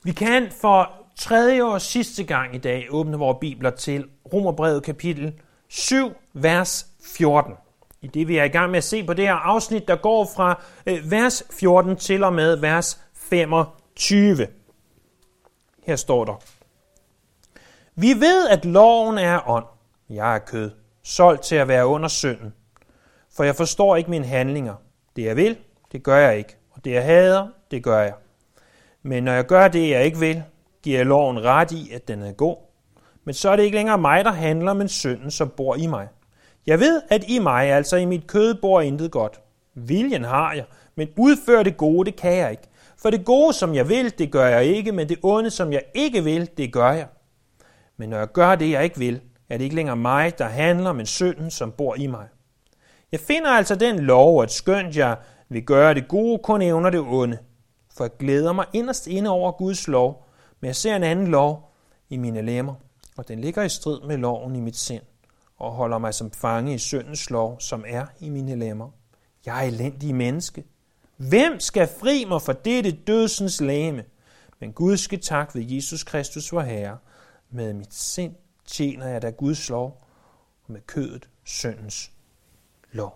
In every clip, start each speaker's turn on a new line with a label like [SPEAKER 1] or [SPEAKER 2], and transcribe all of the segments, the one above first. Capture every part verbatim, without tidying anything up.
[SPEAKER 1] Vi kan for tredje og sidste gang i dag åbne vores bibler til Romerbrevet kapitel syv, vers fjorten. I det vi er i gang med at se på det her afsnit, der går fra vers fjorten til og med vers femogtyve. Her står der: Vi ved, at loven er ånd, jeg er kød, solgt til at være under synden. For jeg forstår ikke mine handlinger. Det jeg vil, det gør jeg ikke. Og det jeg hader, det gør jeg. Men når jeg gør det, jeg ikke vil, giver jeg loven ret i, at den er god. Men så er det ikke længere mig, der handler, men synden, som bor i mig. Jeg ved, at i mig, altså i mit kød, bor intet godt. Viljen har jeg, men udføre det gode, det kan jeg ikke. For det gode, som jeg vil, det gør jeg ikke, men det onde, som jeg ikke vil, det gør jeg. Men når jeg gør det, jeg ikke vil, er det ikke længere mig, der handler, men synden, som bor i mig. Jeg finder altså den lov, at skønt jeg vil gøre det gode, kun evner det onde. For jeg glæder mig inderst inde over Guds lov, men jeg ser en anden lov i mine lemmer, og den ligger i strid med loven i mit sind, og holder mig som fange i syndens lov, som er i mine lemmer. Jeg er elendig menneske. Hvem skal fri mig for dette dødsens legeme? Men Gud skal tak ved Jesus Kristus vor Herre. Med mit sind tjener jeg da Guds lov, og med kødet syndens lov.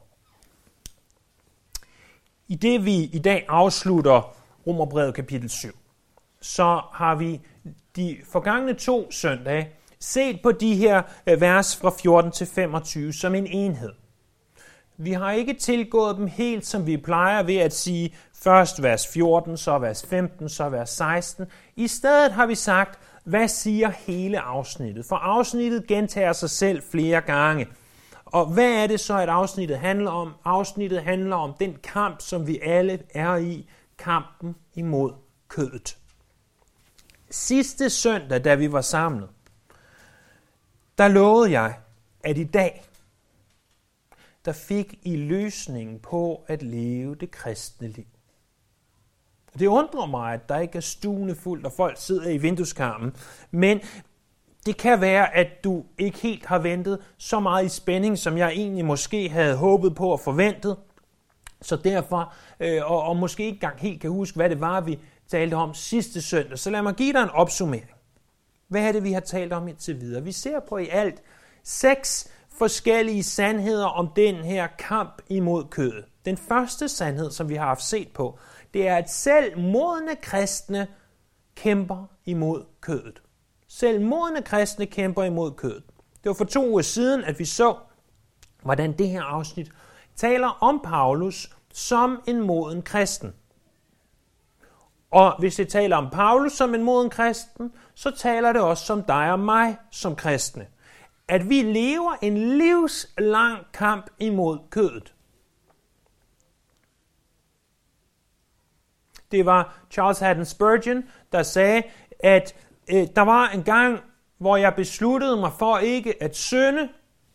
[SPEAKER 1] I det vi i dag afslutter Romerbrevet kapitel syv, så har vi de forgangne to søndage set på de her vers fra fjorten til femogtyve som en enhed. Vi har ikke tilgået dem helt, som vi plejer ved at sige først vers fjorten, så vers femten, så vers seksten. I stedet har vi sagt, hvad siger hele afsnittet? For afsnittet gentager sig selv flere gange. Og hvad er det så, at afsnittet handler om? Afsnittet handler om den kamp, som vi alle er i, kampen imod kødet. Sidste søndag, da vi var samlet, der lovede jeg, at i dag, der fik I løsningen på at leve det kristne liv. Det undrer mig, at der ikke er stuende fuldt, og folk sidder i vindueskarmen, men det kan være, at du ikke helt har ventet så meget i spænding, som jeg egentlig måske havde håbet på og forventet. Så derfor, øh, og, og måske ikke engang helt kan huske, hvad det var, vi talte om sidste søndag. Så lad mig give dig en opsummering. Hvad er det, vi har talt om indtil videre? Vi ser på i alt seks forskellige sandheder om den her kamp imod kødet. Den første sandhed, som vi har haft set på, det er, at selv modne kristne kæmper imod kødet. Selv modne kristne kæmper imod kødet. Det var for to uger siden, at vi så, hvordan det her afsnit taler om Paulus som en moden kristen. Og hvis det taler om Paulus som en moden kristen, så taler det også om dig og mig som kristne. At vi lever en livslang kamp imod kødet. Det var Charles Haddon Spurgeon, der sagde, at øh, der var en gang, hvor jeg besluttede mig for ikke at synde.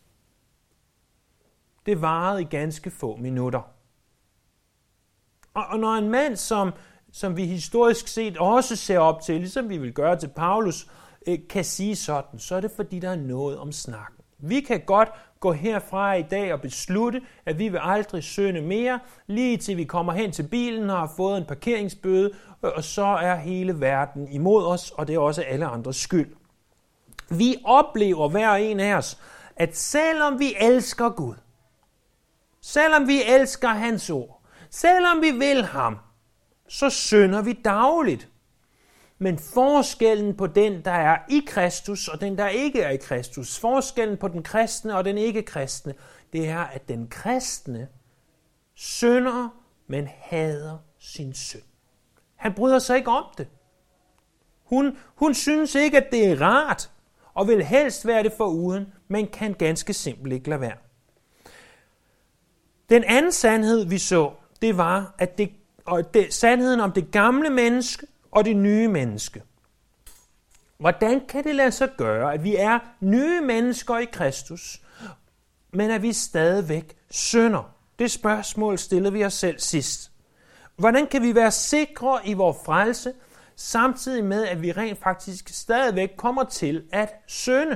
[SPEAKER 1] Det varede i ganske få minutter. Og, og når en mand, som, som vi historisk set også ser op til, ligesom vi vil gøre til Paulus, øh, kan sige sådan, så er det fordi, der er noget om snakken. Vi kan godt gå herfra i dag og beslutte, at vi vil aldrig synde mere, lige til vi kommer hen til bilen og har fået en parkeringsbøde, og så er hele verden imod os, og det er også alle andres skyld. Vi oplever hver en af os, at selvom vi elsker Gud, selvom vi elsker hans ord, selvom vi vil ham, så synder vi dagligt. Men forskellen på den, der er i Kristus, og den, der ikke er i Kristus, forskellen på den kristne og den ikke-kristne, det er, at den kristne synder, men hader sin synd. Han bryder sig ikke om det. Hun, hun synes ikke, at det er rart, og vil helst være det foruden, men kan ganske simpelt ikke lade være. Den anden sandhed, vi så, det var, at det, og det, sandheden om det gamle menneske og det nye menneske. Hvordan kan det lade sig gøre, at vi er nye mennesker i Kristus, men at vi stadigvæk synder? Det spørgsmål stillede vi os selv sidst. Hvordan kan vi være sikre i vores frelse, samtidig med, at vi rent faktisk stadigvæk kommer til at synde?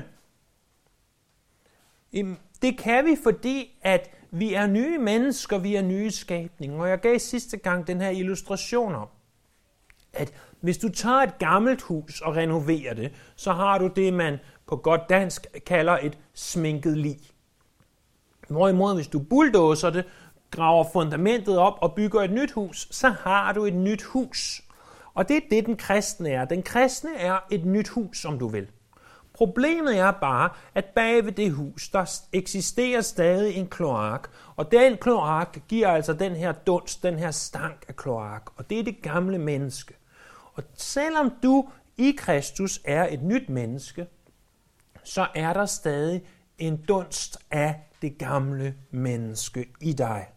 [SPEAKER 1] Det kan vi, fordi at vi er nye mennesker, vi er nye skabninger. Og jeg gav sidste gang den her illustration om, at hvis du tager et gammelt hus og renoverer det, så har du det, man på godt dansk kalder et sminket lig. Hvorimod, hvis du bulldozer det, graver fundamentet op og bygger et nyt hus, så har du et nyt hus. Og det er det, den kristne er. Den kristne er et nyt hus, om du vil. Problemet er bare, at bag ved det hus, der eksisterer stadig en kloak, og den kloak giver altså den her dunst, den her stank af kloak, og det er det gamle menneske. Og selvom du i Kristus er et nyt menneske, så er der stadig en dunst af det gamle menneske i dig.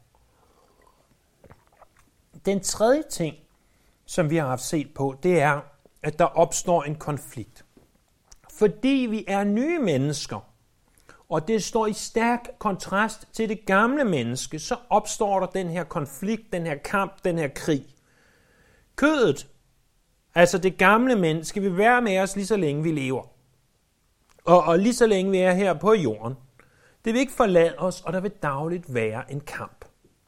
[SPEAKER 1] Den tredje ting, som vi har haft set på, det er, at der opstår en konflikt. Fordi vi er nye mennesker, og det står i stærk kontrast til det gamle menneske, så opstår der den her konflikt, den her kamp, den her krig. Kødet, altså det gamle menneske, vil være med os lige så længe vi lever. Og, og lige så længe vi er her på jorden. Det vil ikke forlade os, og der vil dagligt være en kamp.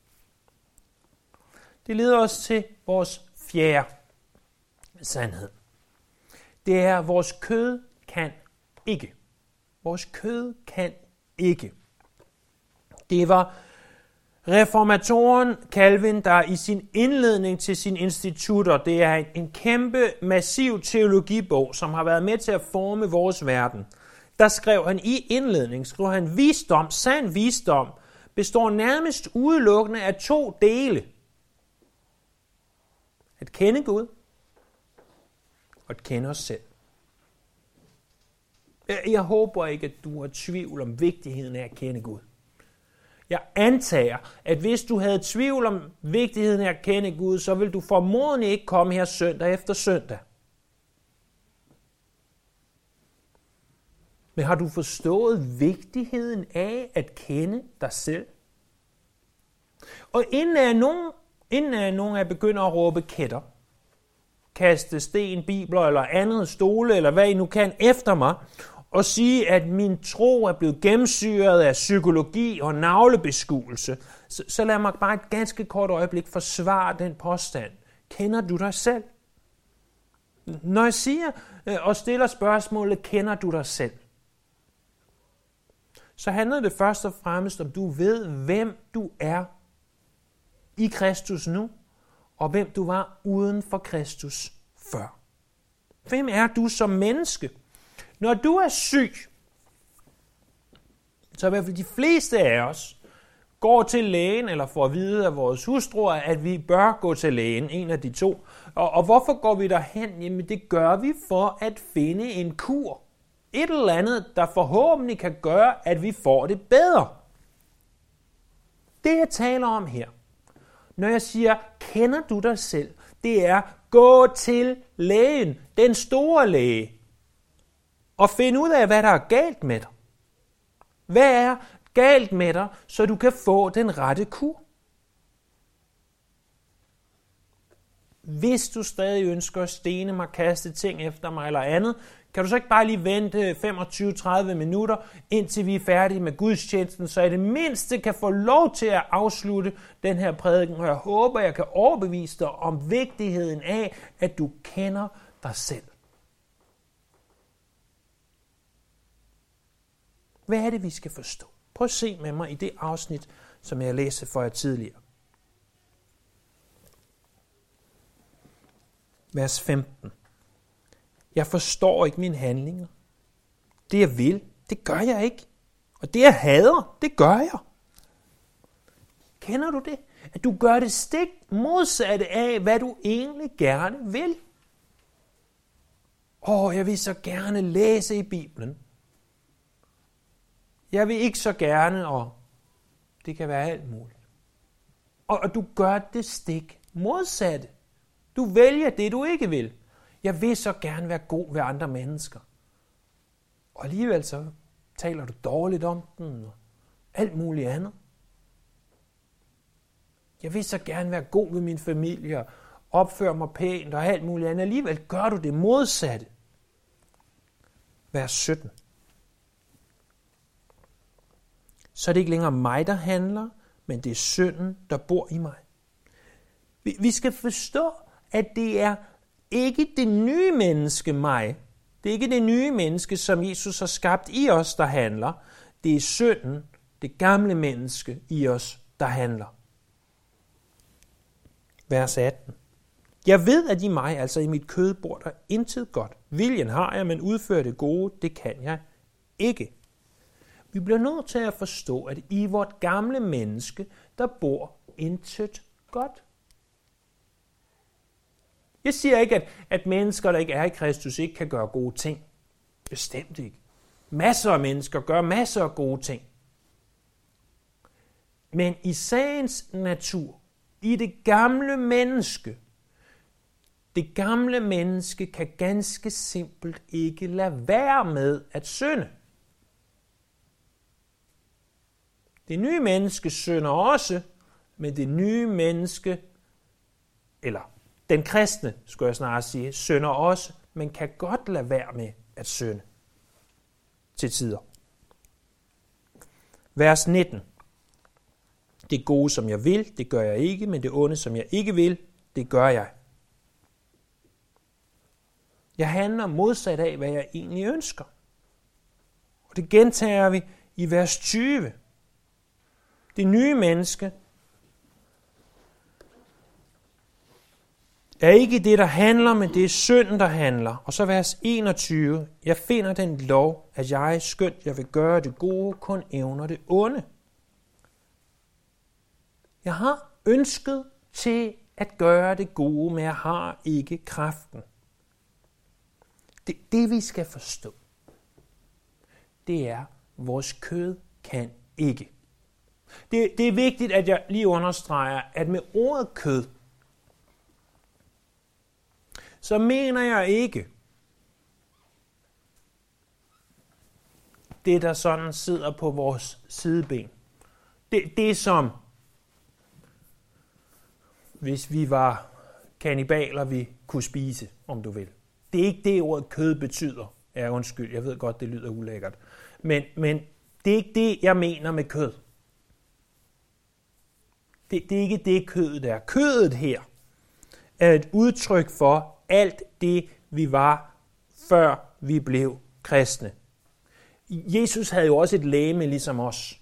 [SPEAKER 1] Det leder os til vores fjerde sandhed. Det er, at vores kød kan ikke. Vores kød kan ikke. Det var reformatoren Calvin, der i sin indledning til sine institutter, det er en kæmpe, massiv teologibog, som har været med til at forme vores verden. Der skrev han i indledning, skrev han, visdom, sand visdom, består nærmest udelukkende af to dele. At kende Gud og at kende os selv. Jeg håber ikke, at du har tvivl om vigtigheden af at kende Gud. Jeg antager, at hvis du havde tvivl om vigtigheden af at kende Gud, så vil du formodentlig ikke komme her søndag efter søndag. Men har du forstået vigtigheden af at kende dig selv? Og inden af nogen, inden af nogen af begynder at råbe kætter, kaste sten, bibler eller andet, stole eller hvad I nu kan efter mig, og sige, at min tro er blevet gennemsyret af psykologi og navlebeskuelse, så, så lad mig bare et ganske kort øjeblik forsvare den påstand. Kender du dig selv? Når jeg siger og stiller spørgsmålet, kender du dig selv? Så handler det først og fremmest om, du ved, hvem du er i Kristus nu, og hvem du var uden for Kristus før. Hvem er du som menneske? Når du er syg, så i hvert fald de fleste af os går til lægen, eller får at vide af vores hustruer, at vi bør gå til lægen, en af de to. Og, og hvorfor går vi derhen? Jamen det gør vi for at finde en kur. Et eller andet, der forhåbentlig kan gøre, at vi får det bedre. Det jeg taler om her, når jeg siger, kender du dig selv, det er gå til lægen, den store læge, og finde ud af, hvad der er galt med dig. Hvad er galt med dig, så du kan få den rette kur? Hvis du stadig ønsker at stene mig, kaste ting efter mig eller andet, kan du så ikke bare lige vente femogtyve til tredive minutter, indtil vi er færdige med gudstjenesten, så jeg det mindste kan få lov til at afslutte den her prædiken, og jeg håber, jeg kan overbevise dig om vigtigheden af, at du kender dig selv. Hvad er det, vi skal forstå? Prøv at se med mig i det afsnit, som jeg læste for jer tidligere. Vers femten. Jeg forstår ikke mine handlinger. Det jeg vil, det gør jeg ikke. Og det jeg hader, det gør jeg. Kender du det? At du gør det stik modsatte af, hvad du egentlig gerne vil. Åh, jeg vil så gerne læse i Bibelen. Jeg vil ikke så gerne, og det kan være alt muligt. Og, og du gør det stik modsatte. Du vælger det, du ikke vil. Jeg vil så gerne være god ved andre mennesker. Og alligevel så taler du dårligt om den, og alt muligt andet. Jeg vil så gerne være god ved min familie, og opføre mig pænt, og alt muligt andet. Alligevel gør du det modsatte. Vers sytten. Så er det ikke længere mig, der handler, men det er synden, der bor i mig. Vi skal forstå, at det er ikke det nye menneske, mig. Det er ikke det nye menneske, som Jesus har skabt i os, der handler. Det er synden, det gamle menneske i os, der handler. Vers atten. Jeg ved, at i mig, altså i mit kød, bor der intet godt. Viljen har jeg, men udføre det gode, det kan jeg ikke. Vi bliver nødt til at forstå, at i vort gamle menneske, der bor intet godt. Jeg siger ikke, at, at mennesker, der ikke er i Kristus, ikke kan gøre gode ting. Bestemt ikke. Masser af mennesker gør masser af gode ting. Men i sagens natur, i det gamle menneske, det gamle menneske kan ganske simpelt ikke lade være med at synde. Det nye menneske synder også, men det nye menneske, eller den kristne, skulle jeg snart sige, synder også, men kan godt lade være med at synde til tider. Vers nitten. Det gode, som jeg vil, det gør jeg ikke, men det onde, som jeg ikke vil, det gør jeg. Jeg handler modsat af, hvad jeg egentlig ønsker. Og det gentager vi i vers tyve. Det nye menneske er ikke det, der handler, men det er synden, der handler. Og så vers enogtyve. Jeg finder den lov, at jeg, skønt jeg vil gøre det gode, kun evner det onde. Jeg har ønsket til at gøre det gode, men jeg har ikke kraften. Det, det vi skal forstå, det er, at vores kød kan ikke. Det, det er vigtigt, at jeg lige understreger, at med ordet kød, så mener jeg ikke det, der sådan sidder på vores sideben. Det, det som, hvis vi var kannibaler, vi kunne spise, om du vil. Det er ikke det, ordet kød betyder. Ja, undskyld, jeg ved godt, det lyder ulækkert. Men, men det er ikke det, jeg mener med kød. Det, det er ikke det, kødet er. Kødet her er et udtryk for alt det, vi var, før vi blev kristne. Jesus havde jo også et legeme ligesom os.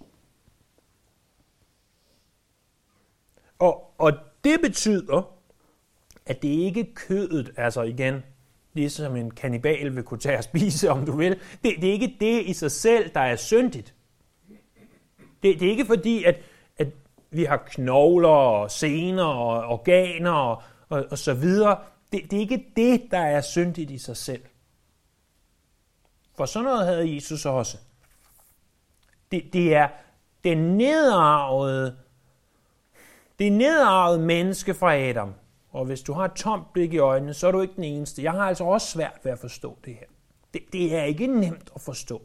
[SPEAKER 1] Og, og det betyder, at det ikke er kødet, altså igen, ligesom en kannibal vil kunne tage og spise, om du vil. Det, det er ikke det i sig selv, der er syndigt. Det, det er ikke fordi, at, at vi har knogler og sener og organer og, og, og så videre. Det, det er ikke det, der er syndigt i sig selv. For sådan noget havde Jesus også. Det, det er den nedarvede, det nedarvede menneske fra Adam. Og hvis du har et tomt blik i øjnene, så er du ikke den eneste. Jeg har altså også svært ved at forstå det her. Det, det er ikke nemt at forstå.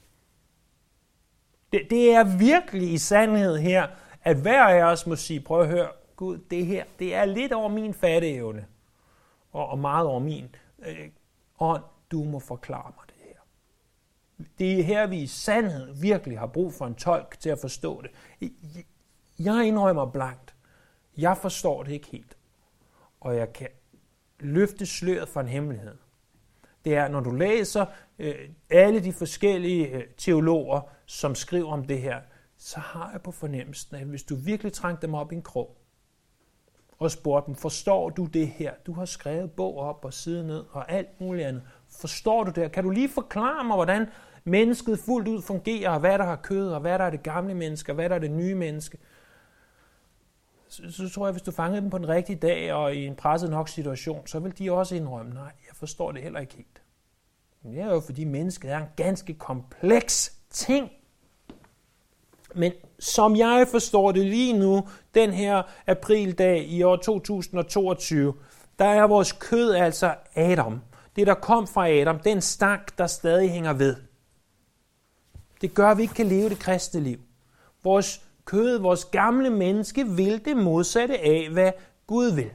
[SPEAKER 1] Det, det er virkelig i sandhed her, at hver af os må sige, prøv at høre, Gud, det her, det er lidt over min fatteevne. Og, og meget over min. Øh, og du må forklare mig det her. Det er her, vi i sandhed virkelig har brug for en tolk til at forstå det. Jeg indrømmer blankt. Jeg forstår det ikke helt. Og jeg kan løfte sløret for en hemmelighed. Det er, når du læser øh, alle de forskellige øh, teologer, som skriver om det her, så har jeg på fornemmelsen, at hvis du virkelig trængte dem op i en krog, og spurgte dem, forstår du det her? Du har skrevet bog op og side ned og alt muligt andet. Forstår du det her? Kan du lige forklare mig, hvordan mennesket fuldt ud fungerer, og hvad der har kød, og hvad der er det gamle menneske, og hvad der er det nye menneske? Så, så tror jeg, hvis du fangede dem på den rigtige dag og i en presset nok situation, så vil de også indrømme, nej, jeg forstår det heller ikke helt. Men det er jo, fordi mennesket er en ganske kompleks ting. Men som jeg forstår det lige nu, den her aprildag i år to tusind og toogtyve, der er vores kød altså Adam. Det, der kom fra Adam, den stank, der stadig hænger ved. Det gør, at vi ikke kan leve det kristne liv. Vores kød, vores gamle menneske, vil det modsatte af, hvad Gud vil.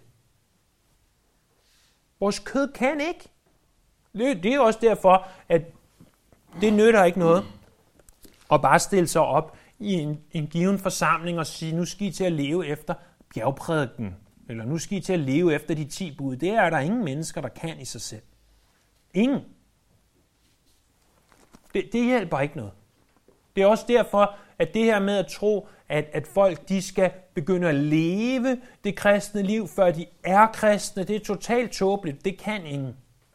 [SPEAKER 1] Vores kød kan ikke. Det, det er også derfor, at det nytter ikke noget at bare stille sig op i en, en given forsamling og sige, nu skal I til at leve efter bjergprædiken, eller nu skal I til at leve efter de ti bud, det er der ingen mennesker, der kan i sig selv. Ingen. Det, det hjælper ikke noget. Det er også derfor, at det her med at tro, at, at folk de skal begynde at leve det kristne liv, før de er kristne, det er totalt tåbeligt. Det kan ingen.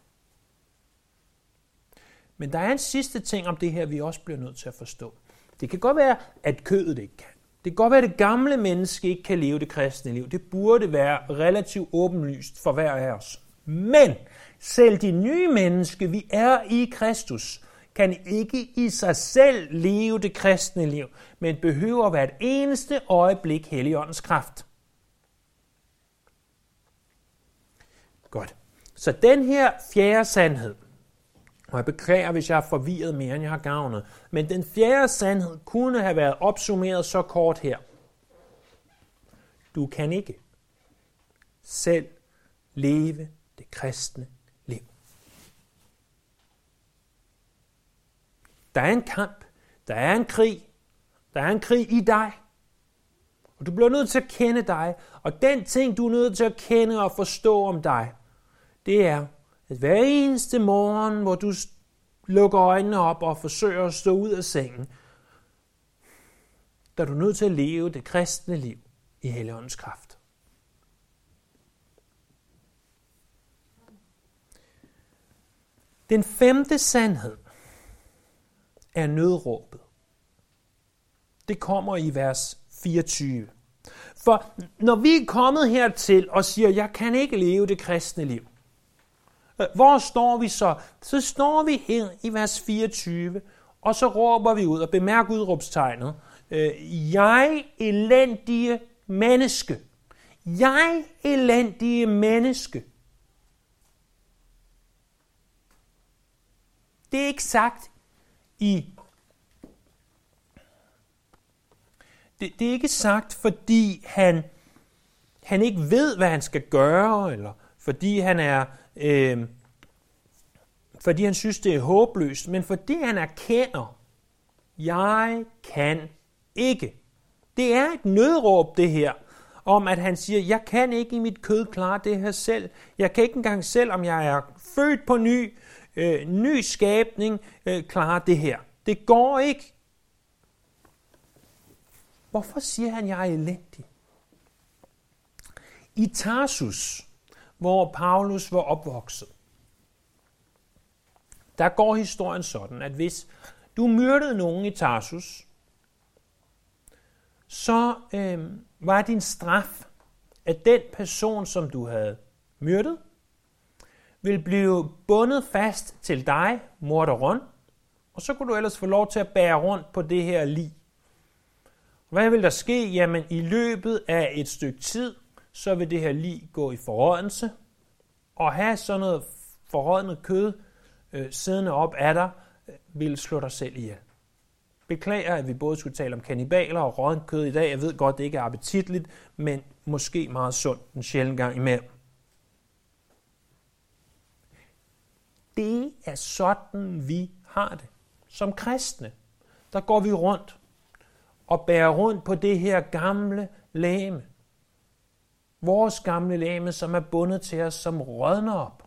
[SPEAKER 1] Men der er en sidste ting om det her, vi også bliver nødt til at forstå. Det kan godt være, at kødet ikke kan. Det kan godt være, at det gamle menneske ikke kan leve det kristne liv. Det burde være relativt åbenlyst for hver af os. Men selv de nye mennesker, vi er i Kristus, kan ikke i sig selv leve det kristne liv, men behøver hvert eneste øjeblik Helligåndens kraft. Godt. Så den her fjerde sandhed, og jeg beklager, hvis jeg har forvirret mere, end jeg har gavnet, men den fjerde sandhed kunne have været opsummeret så kort her. Du kan ikke selv leve det kristne liv. Der er en kamp, der er en krig, der er en krig i dig. Og du bliver nødt til at kende dig, og den ting, du er nødt til at kende og forstå om dig, det er, at hver eneste morgen, hvor du lukker øjnene op og forsøger at stå ud af sengen, der er du nødt til at leve det kristne liv i Helligåndens kraft. Den femte sandhed er nødråbet. Det kommer i vers fireogtyve. For når vi er kommet hertil og siger, jeg kan ikke leve det kristne liv, hvor står vi så? Så står vi her i vers fireogtyve, og så råber vi ud, og bemærk udråbstegnet, jeg elendige menneske. Jeg elendige menneske. Det er ikke sagt i det, det er ikke sagt, fordi han, han ikke ved, hvad han skal gøre, eller fordi han er øh, fordi han synes, det er håbløst, men fordi han erkender, jeg kan ikke. Det er et nødråb, det her, om at han siger, jeg kan ikke i mit kød klare det her selv. Jeg kan ikke engang selv, om jeg er født på ny, øh, ny skabning, øh, klare det her. Det går ikke. Hvorfor siger han, jeg er elendig? I Tarsus, hvor Paulus var opvokset, der går historien sådan, at hvis du myrdede nogen i Tarsus, så øh, var din straf, at den person, som du havde myrdet, ville blive bundet fast til dig, morderon, og så kunne du ellers få lov til at bære rundt på det her lig. Hvad vil der ske? Jamen, i løbet af et stykke tid, så vil det her lig gå i forrådnelse, og have sådan noget forrådnet kød øh, siddende op af dig, øh, vil slå dig selv ihjel. Beklager, at vi både skulle tale om kannibaler og rådent kød i dag. Jeg ved godt, det ikke er appetitligt, men måske meget sundt en sjælden gang imellem. Det er sådan, vi har det. Som kristne, der går vi rundt og bærer rundt på det her gamle legeme. Vores gamle legeme, som er bundet til os, som rådner op.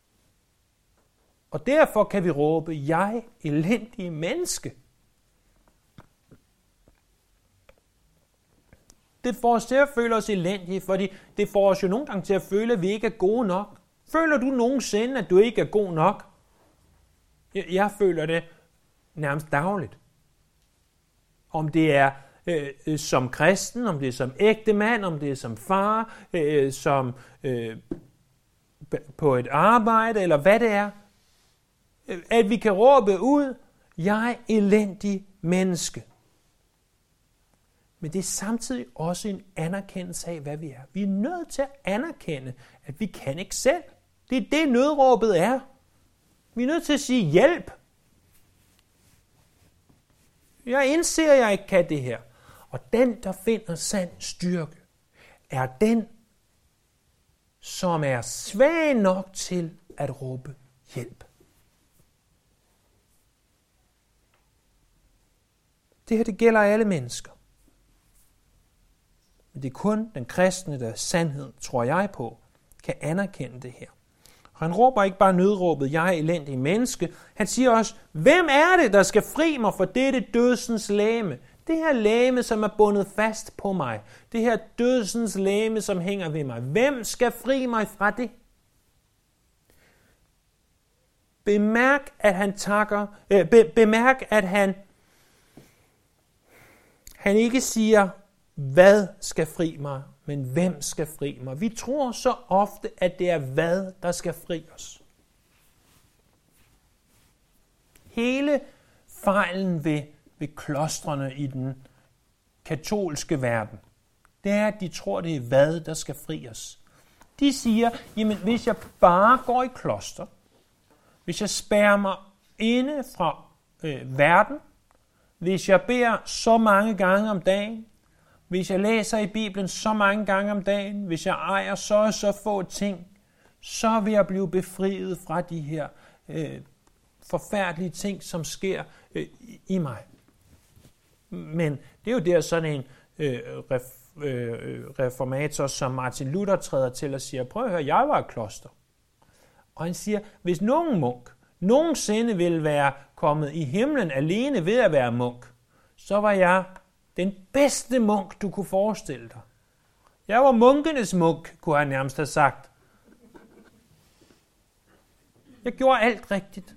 [SPEAKER 1] Og derfor kan vi råbe, jeg elendige menneske. Det får os til at føle os elendige, fordi det får os jo nogle gange til at føle, at vi ikke er gode nok. Føler du nogensinde, at du ikke er god nok? Jeg, jeg føler det nærmest dagligt. Om det er øh, som kristen, om det er som ægte mand, om det er som far, øh, som øh, på et arbejde, eller hvad det er. At vi kan råbe ud, jeg er elendig menneske. Men det er samtidig også en anerkendelse af, hvad vi er. Vi er nødt til at anerkende, at vi kan ikke selv. Det er det, nødråbet er. Vi er nødt til at sige hjælp. Jeg indser, at jeg ikke kan det her. Og den, der finder sand styrke, er den, som er svag nok til at råbe hjælp. Det her, det gælder alle mennesker. Men det er kun den kristne, der sandhed, tror jeg på, kan anerkende det her. Og han råber ikke bare nødråbet, jeg er elendig menneske. Han siger også, hvem er det, der skal fri mig for dette dødsens legeme? Det her legeme, som er bundet fast på mig. Det her dødsens legeme, som hænger ved mig. Hvem skal fri mig fra det? Bemærk, at han takker, øh, be, bemærk, at han, han ikke siger, hvad skal fri mig, men hvem skal fri mig. Vi tror så ofte, at det er hvad, der skal fri os. Hele fejlen ved, ved klostrene i den katolske verden, det er, at de tror, det er hvad, der skal fri os. De siger, jamen hvis jeg bare går i kloster, hvis jeg spærrer mig inde fra øh, verden, hvis jeg beder så mange gange om dagen, hvis jeg læser i Bibelen så mange gange om dagen, hvis jeg ejer så og så få ting, så vil jeg blive befriet fra de her øh, forfærdelige ting, som sker øh, i mig. Men det er jo der sådan en øh, ref, øh, reformator som Martin Luther træder til og siger, prøv at høre, jeg var et kloster. Og han siger, hvis nogen munk nogensinde ville være kommet i himlen alene ved at være munk, så var jeg den bedste munk, du kunne forestille dig. Jeg var munkenes munk, kunne han nærmest have sagt. Jeg gjorde alt rigtigt.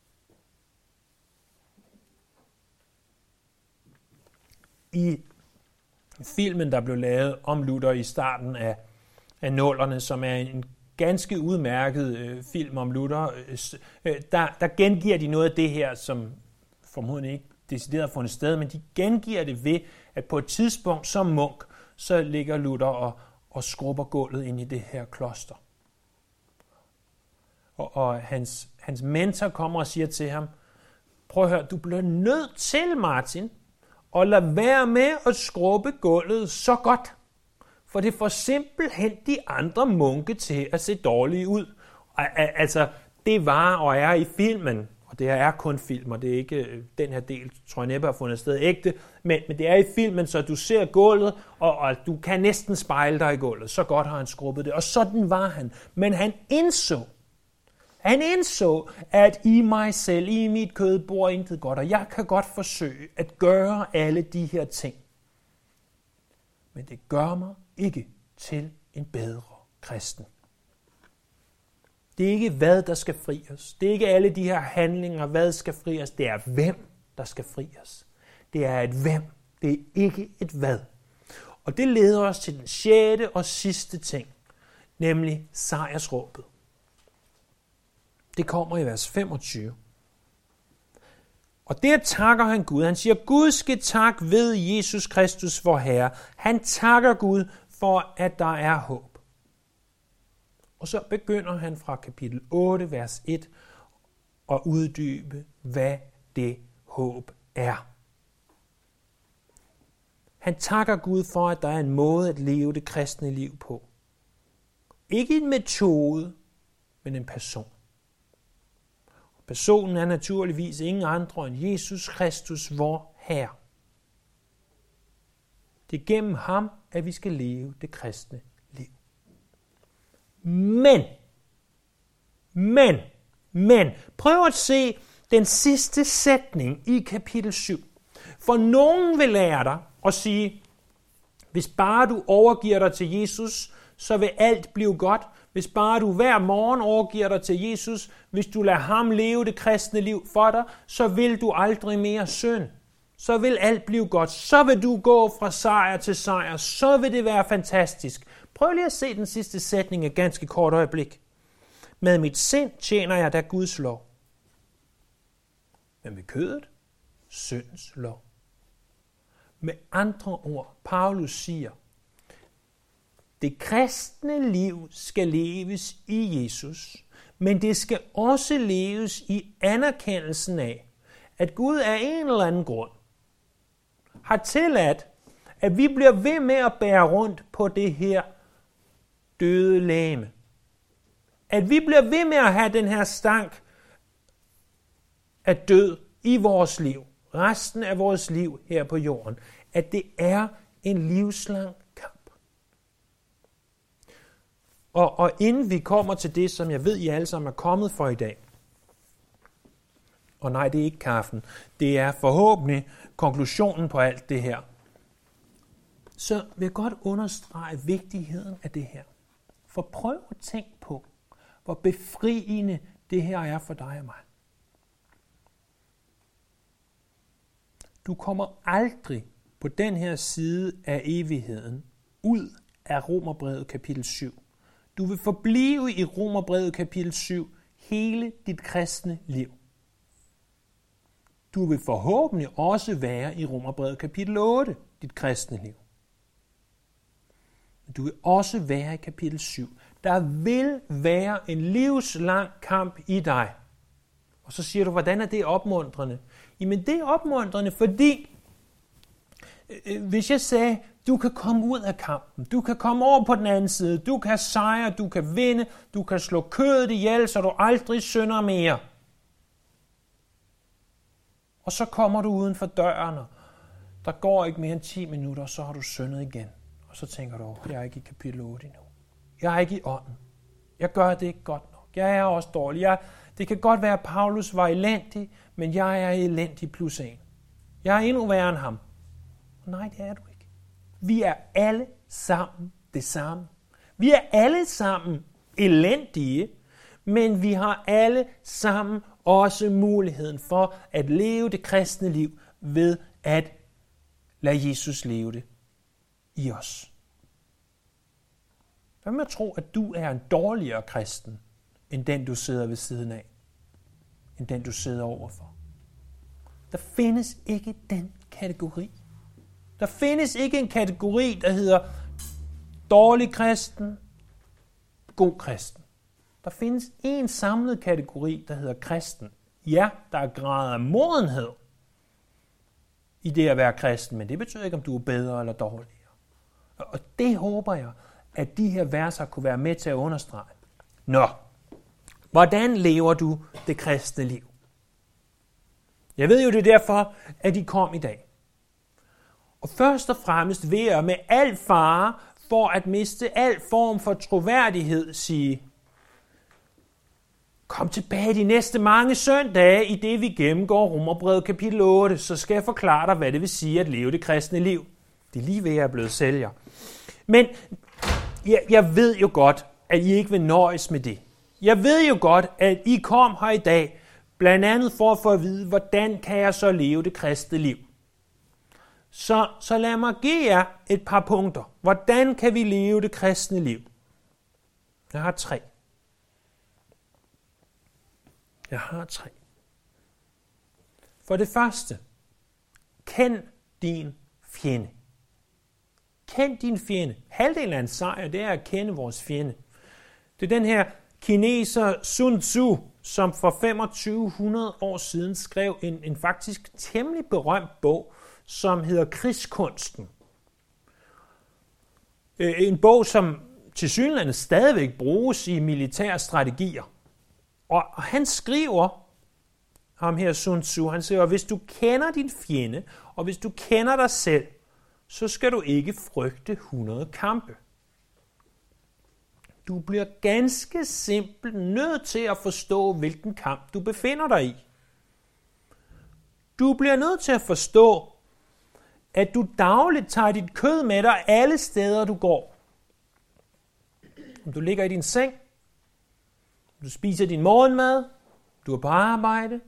[SPEAKER 1] I filmen, der blev lavet om Luther i starten af, af nullerne, som er en ganske udmærket øh, film om Luther, øh, der, der gengiver de noget af det her, som formodentlig ikke decideret har fundet sted, men de gengiver det ved, at på et tidspunkt som munk, så ligger Luther og, og skrubber gulvet ind i det her kloster. Og, og hans, hans mentor kommer og siger til ham, prøv at høre, du bliver nødt til, Martin, at lade være med at skrubbe gulvet så godt, for det får simpelthen de andre munke til at se dårlige ud. Altså, det var og er i filmen, og det her er kun film, og det er ikke, den her del tror jeg næppe har fundet sted ægte, men, men det er i filmen, så du ser gulvet, og, og du kan næsten spejle dig i gulvet. Så godt har han skrubbet det, og sådan var han. Men han indså, han indså, at i mig selv, i mit kød, bor intet godt, og jeg kan godt forsøge at gøre alle de her ting. Men det gør mig ikke til en bedre kristen. Det er ikke hvad, der skal fri os. Det er ikke alle de her handlinger, hvad skal fri os. Det er hvem, der skal fri os. Det er et hvem. Det er ikke et hvad. Og det leder os til den sjette og sidste ting, nemlig sejrsråbet. Det kommer i vers femogtyve. Og der takker han Gud. Han siger, Gud skal tak ved Jesus Kristus vor Herre. Han takker Gud for, at der er håb. Og så begynder han fra kapitel otte, vers et, at uddybe, hvad det håb er. Han takker Gud for, at der er en måde at leve det kristne liv på. Ikke en metode, men en person. Personen er naturligvis ingen andre end Jesus Kristus, vor Herre. Det er gennem ham, at vi skal leve det kristne liv. Men, men, men, prøv at se den sidste sætning i kapitel syv. For nogen vil lære dig at sige, hvis bare du overgiver dig til Jesus, så vil alt blive godt. Hvis bare du hver morgen overgiver dig til Jesus, hvis du lader ham leve det kristne liv for dig, så vil du aldrig mere synd. Så vil alt blive godt. Så vil du gå fra sejr til sejr. Så vil det være fantastisk. Prøv lige at se den sidste sætning et ganske kort øjeblik. Med mit sind tjener jeg da Guds lov. Men med kødet, syndens lov. Med andre ord, Paulus siger, det kristne liv skal leves i Jesus, men det skal også leves i anerkendelsen af, at Gud af en eller anden grund har tilladt, at vi bliver ved med at bære rundt på det her døde legeme. At vi bliver ved med at have den her stank af død i vores liv, resten af vores liv her på jorden. At det er en livslang kamp. Og, og inden vi kommer til det, som jeg ved, I alle sammen er kommet for i dag, og nej, det er ikke kaffen, det er forhåbentlig konklusionen på alt det her, så vil jeg godt understrege vigtigheden af det her. For prøv at tænke på, hvor befriende det her er for dig og mig. Du kommer aldrig på den her side af evigheden ud af Romerbrevet kapitel syv. Du vil forblive i Romerbrevet kapitel syv hele dit kristne liv. Du vil forhåbentlig også være i Romerbrevet kapitel otte, dit kristne liv. Du vil også være i kapitel syv. Der vil være en livslang kamp i dig. Og så siger du, hvordan er det opmuntrende? Jamen det er opmuntrende, fordi øh, hvis jeg sagde, du kan komme ud af kampen, du kan komme over på den anden side, du kan sejre, du kan vinde, du kan slå kødet ihjel, så du aldrig synder mere. Og så kommer du uden for døren, og der går ikke mere end ti minutter, og så har du syndet igen. Og så tænker du, jeg er ikke i kapitel otte endnu. Jeg er ikke i ånden. Jeg gør det ikke godt nok. Jeg er også dårlig. Jeg, det kan godt være, at Paulus var elendig, men jeg er elendig plus en. Jeg er endnu værre end ham. Nej, det er du ikke. Vi er alle sammen det samme. Vi er alle sammen elendige, men vi har alle sammen også muligheden for at leve det kristne liv ved at lade Jesus leve det i os. Hvad med at tro, at du er en dårligere kristen, end den du sidder ved siden af, end den du sidder overfor? Der findes ikke den kategori. Der findes ikke en kategori, der hedder dårlig kristen, god kristen. Der findes en samlet kategori, der hedder kristen. Ja, der er grad af modenhed i det at være kristen, men det betyder ikke, om du er bedre eller dårligere. Og det håber jeg, at de her verser kunne være med til at understrege. Nå, hvordan lever du det kristne liv? Jeg ved jo, det er derfor, at de kom i dag. Og først og fremmest ved at med al fare for at miste al form for troværdighed sige, kom tilbage de næste mange søndage, i det vi gennemgår Romerbrevet kapitel otte, så skal jeg forklare dig, hvad det vil sige at leve det kristne liv. Det er lige ved, at jeg er blevet sælger. Men jeg, jeg ved jo godt, at I ikke vil nøjes med det. Jeg ved jo godt, at I kom her i dag, blandt andet for at få at vide, hvordan kan jeg så leve det kristne liv. Så, så lad mig give jer et par punkter. Hvordan kan vi leve det kristne liv? Jeg har tre. Jeg har tre. For det første, kend din fjende. Kend din fjende. Halvdelen af en sejr, det er at kende vores fjende. Det er den her kineser Sun Tzu, som for femogtyve hundrede år siden skrev en, en faktisk temmelig berømt bog, som hedder Krigskunsten. En bog, som tilsyneladende stadigvæk bruges i militære strategier. Og han skriver, ham her Sun Tzu, han siger, hvis du kender din fjende, og hvis du kender dig selv, så skal du ikke frygte hundrede kampe. Du bliver ganske simpelt nødt til at forstå, hvilken kamp du befinder dig i. Du bliver nødt til at forstå, at du dagligt tager dit kød med dig alle steder, du går. Om du ligger i din seng, du spiser din morgenmad, du er på arbejde,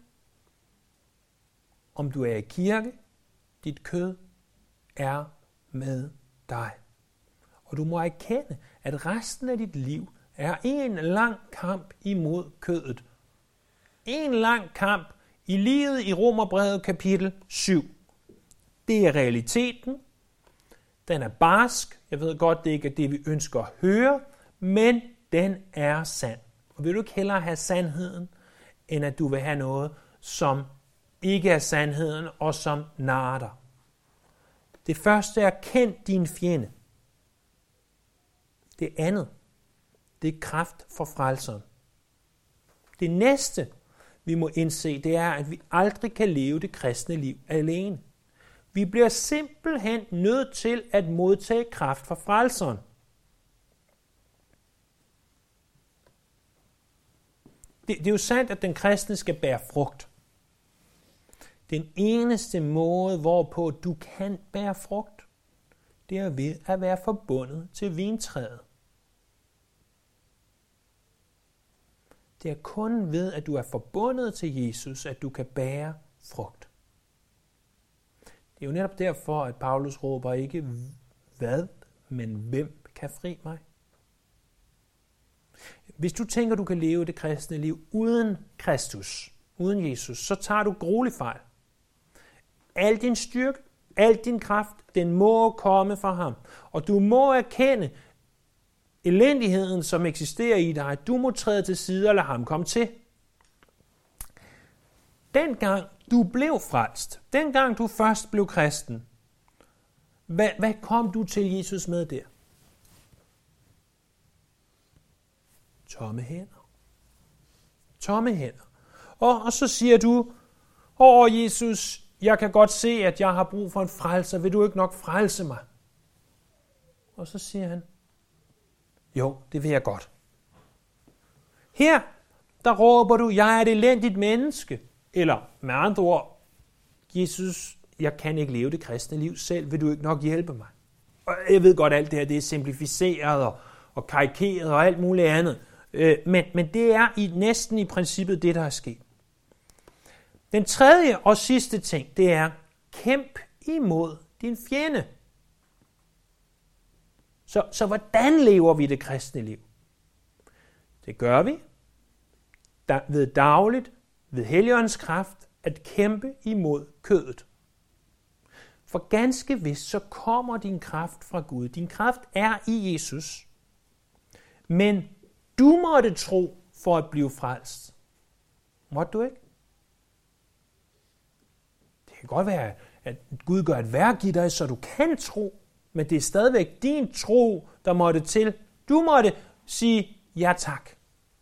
[SPEAKER 1] om du er i kirke, dit kød er med dig. Og du må erkende, at resten af dit liv er en lang kamp imod kødet. En lang kamp i livet i Romerbrevet kapitel syv. Det er realiteten. Den er barsk. Jeg ved godt, det ikke er det, vi ønsker at høre, men den er sand. Og vil du ikke hellere have sandheden, end at du vil have noget, som ikke er sandheden, og som narrer dig? Det første er, kend din fjende. Det andet, det er kraft for frelseren. Det næste, vi må indse, det er, at vi aldrig kan leve det kristne liv alene. Vi bliver simpelthen nødt til at modtage kraft fra frelseren. Det, det er jo sandt, at den kristne skal bære frugt. Den eneste måde, hvorpå du kan bære frugt, det er ved at være forbundet til vintræet. Det er kun ved, at du er forbundet til Jesus, at du kan bære frugt. Det er jo netop derfor, at Paulus råber ikke hvad, men hvem kan fri mig? Hvis du tænker, du kan leve det kristne liv uden Kristus, uden Jesus, så tager du gruelig fejl. Al din styrke, al din kraft, den må komme fra ham. Og du må erkende elendigheden, som eksisterer i dig. Du må træde til side og lade ham komme til. Dengang du blev frelst, dengang du først blev kristen, hvad, hvad kom du til Jesus med der? Tomme hænder. Tomme hænder. Og, og så siger du, åh Jesus, jeg kan godt se, at jeg har brug for en frelser. Vil du ikke nok frelse mig? Og så siger han, jo, det vil jeg godt. Her, der råber du, jeg er et elendigt menneske. Eller med andre ord, Jesus, jeg kan ikke leve det kristne liv selv. Vil du ikke nok hjælpe mig? Og jeg ved godt, alt det her det er simplificeret og, og karikeret og alt muligt andet. Men, men det er i, næsten i princippet det, der er sket. Den tredje og sidste ting, det er, kæmp imod din fjende. Så, så hvordan lever vi det kristne liv? Det gør vi der, ved dagligt, ved Helligåndens kraft, at kæmpe imod kødet. For ganske vist, så kommer din kraft fra Gud. Din kraft er i Jesus. Men du måtte tro for at blive frelst. Måtte du ikke? Det kan godt være, at Gud gør et værk i dig, så du kan tro. Men det er stadigvæk din tro, der måtte til. Du måtte sige ja tak.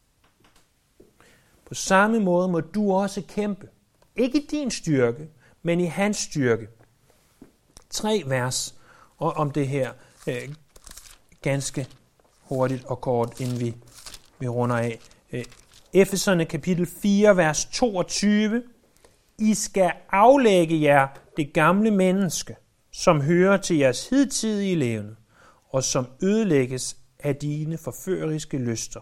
[SPEAKER 1] På samme måde må du også kæmpe. Ikke i din styrke, men i hans styrke. Tre vers om det her øh, ganske hurtigt og kort, inden vi, vi runder af. Øh, Efeserne kapitel fire, vers toogtyve. I skal aflægge jer det gamle menneske, som hører til jeres hidtidige levende, og som ødelægges af dine forføreriske lyster.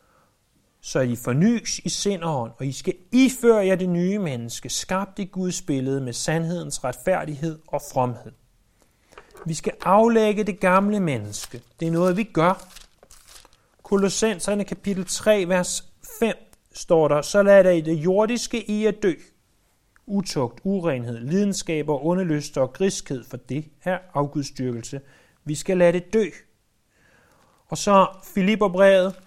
[SPEAKER 1] Så I fornys i sind og ånd, og I skal iføre jer det nye menneske, skabt i Guds billede med sandhedens retfærdighed og fromhed. Vi skal aflægge det gamle menneske. Det er noget, vi gør. Kolossenserne kapitel tre, vers fem står der, så lad der i det jordiske i at dø. Utugt, urenhed, lidenskaber, ondelyster og griskhed, for det er afgudstyrkelse. Vi skal lade det dø. Og så Filipperbrevet,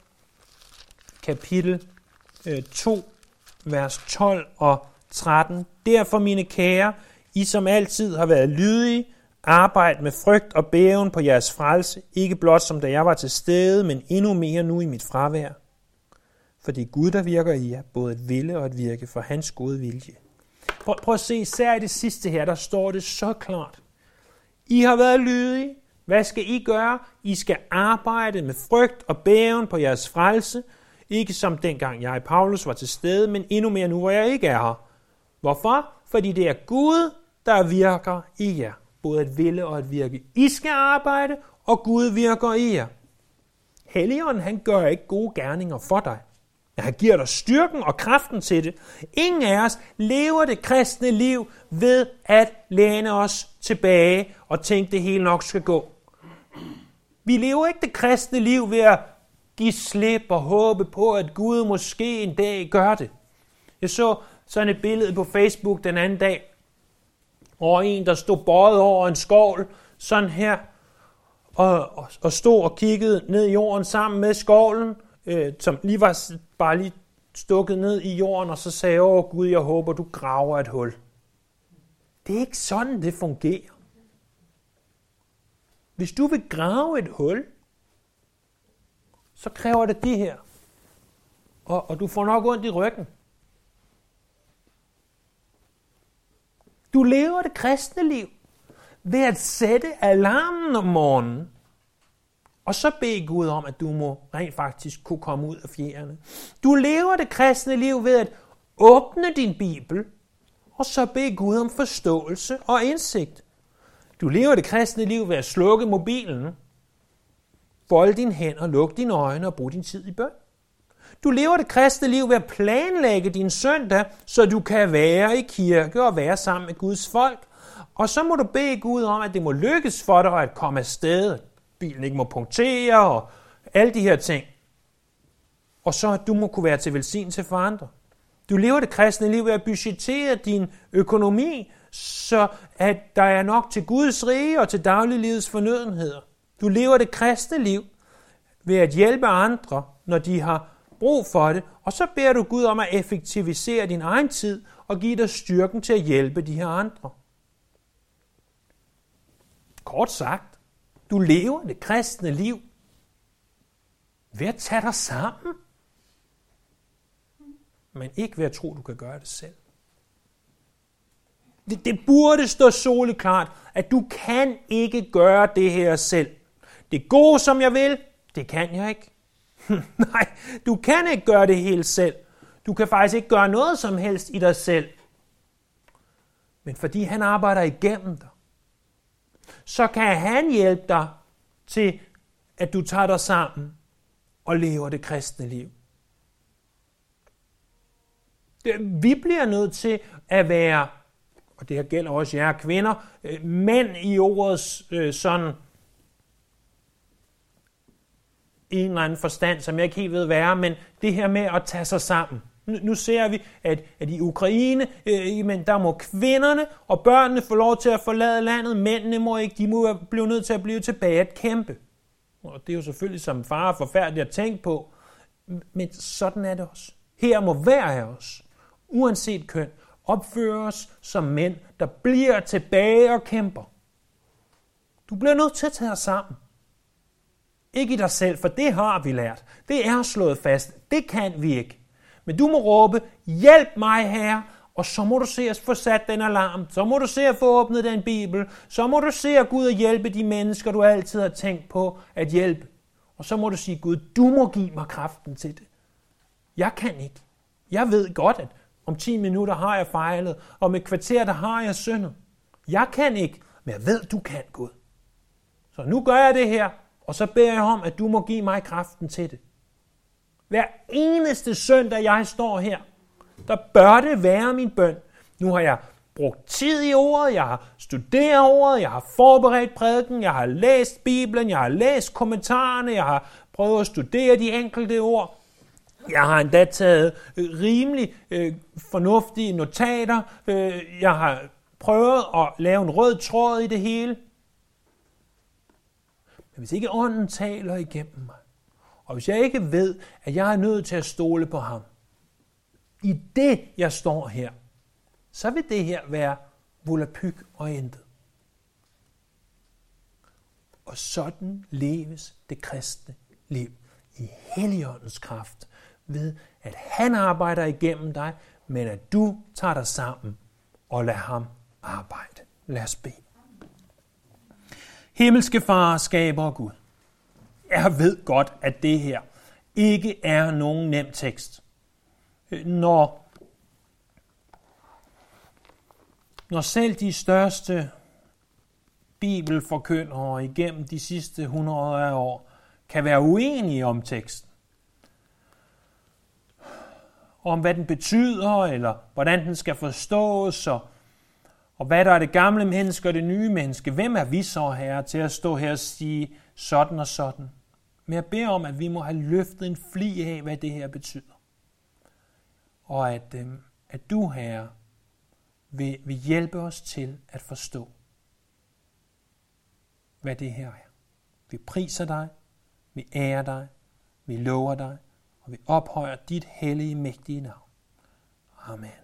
[SPEAKER 1] kapitel to, vers tolv og tretten. Derfor, mine kære, I som altid har været lydige, arbejd med frygt og bæven på jeres frelse, ikke blot som da jeg var til stede, men endnu mere nu i mit fravær. For det er Gud, der virker i jer, både at ville og at virke for hans gode vilje. Prøv, prøv at se, især i det sidste her, der står det så klart. I har været lydige. Hvad skal I gøre? I skal arbejde med frygt og bæven på jeres frelse. Ikke som dengang jeg, Paulus, var til stede, men endnu mere nu, hvor jeg ikke er her. Hvorfor? Fordi det er Gud, der virker i jer. Både at ville og at virke. I skal arbejde, og Gud virker i jer. Helligånden, han gør ikke gode gerninger for dig. Han giver dig styrken og kraften til det. Ingen af os lever det kristne liv ved at læne os tilbage og tænke, det hele nok skal gå. Vi lever ikke det kristne liv ved at give slip og håbe på, at Gud måske en dag gør det. Jeg så sådan et billede på Facebook den anden dag, over en, der stod bøjet over en skovl, sådan her, og, og, og stod og kiggede ned i jorden sammen med skovlen, øh, som lige var bare lige stukket ned i jorden, og så sagde, åh Gud, jeg håber, du graver et hul. Det er ikke sådan, det fungerer. Hvis du vil grave et hul, så kræver det det her. Og, og du får nok ondt i ryggen. Du lever det kristne liv ved at sætte alarmen om morgenen Og så bed Gud om, at du må rent faktisk kunne komme ud af fjerne. Du lever det kristne liv ved at åbne din Bibel, og så bed Gud om forståelse og indsigt. Du lever det kristne liv ved at slukke mobilen, folde dine hænder, lukke dine øjne og bruge din tid i bøn. Du lever det kristne liv ved at planlægge din søndag, så du kan være i kirke og være sammen med Guds folk. Og så må du bede Gud om, at det må lykkes for dig at komme afsted. Bilen ikke må punktere og alle de her ting. Og så at du må kunne være til velsignelse for andre. Du lever det kristne liv ved at budgettere din økonomi, så at der er nok til Guds rige og til dagliglivets fornødenheder. Du lever det kristne liv ved at hjælpe andre, når de har brug for det, og så beder du Gud om at effektivisere din egen tid og give dig styrken til at hjælpe de her andre. Kort sagt, du lever det kristne liv ved at tage dig sammen, men ikke ved at tro, du kan gøre det selv. Det, det burde stå soleklart, at du kan ikke gøre det her selv. Det gode, som jeg vil, det kan jeg ikke. Nej, du kan ikke gøre det helt selv. Du kan faktisk ikke gøre noget som helst i dig selv. Men fordi han arbejder igennem dig, så kan han hjælpe dig til, at du tager dig sammen og lever det kristne liv. Vi bliver nødt til at være, og det her gælder også jer kvinder, mænd i ordets øh, sådan en eller anden forstand, som jeg ikke helt ved være, men det her med at tage sig sammen. Nu ser vi, at, at i Ukraine, øh, men der må kvinderne og børnene få lov til at forlade landet, mændene må ikke, de må blive nødt til at blive tilbage at kæmpe. Og det er jo selvfølgelig som far forfærdeligt at tænke på, men sådan er det også. Her må hver af os, uanset køn, opføre os som mænd, der bliver tilbage og kæmper. Du bliver nødt til at tage dig sammen. Ikke i dig selv, for det har vi lært. Det er slået fast. Det kan vi ikke. Men du må råbe, hjælp mig herre, og så må du se at få sat den alarm. Så må du se at få åbnet den bibel. Så må du se at Gud at hjælpe de mennesker, du altid har tænkt på at hjælpe. Og så må du sige, Gud, du må give mig kraften til det. Jeg kan ikke. Jeg ved godt, at om ti minutter har jeg fejlet, og om et kvarter, der har jeg syndet. Jeg kan ikke, men jeg ved, du kan, Gud. Så nu gør jeg det her, og så beder jeg om, at du må give mig kraften til det. Hver eneste søndag, jeg står her, der bør det være min bøn. Nu har jeg brugt tid i ordet, jeg har studeret ordet, jeg har forberedt prædiken, jeg har læst Bibelen, jeg har læst kommentarerne, jeg har prøvet at studere de enkelte ord. Jeg har endda taget rimelig øh, fornuftige notater. Øh, jeg har prøvet at lave en rød tråd i det hele. Men hvis ikke ånden taler igennem mig, og hvis jeg ikke ved, at jeg er nødt til at stole på ham, i det jeg står her, så vil det her være volapyk og intet. Og sådan leves det kristne liv i Helligåndens kraft, ved at han arbejder igennem dig, men at du tager dig sammen og lader ham arbejde. Lad os bede. Himmelske Far, skaber Gud, jeg ved godt, at det her ikke er nogen nem tekst. Når, når selv de største bibelforkyndere igennem de sidste hundrede år kan være uenige om teksten, om hvad den betyder, eller hvordan den skal forstås, og, og hvad der er det gamle menneske og det nye menneske. Hvem er vi så, Herre, til at stå her og sige sådan og sådan? Men jeg beder om, at vi må have løftet en fli af, hvad det her betyder. Og at, øh, at du, Herre, vil, vil hjælpe os til at forstå, hvad det her er. Vi priser dig, vi ærer dig, vi lover dig, og vi ophøjer dit hellige, mægtige navn. Amen.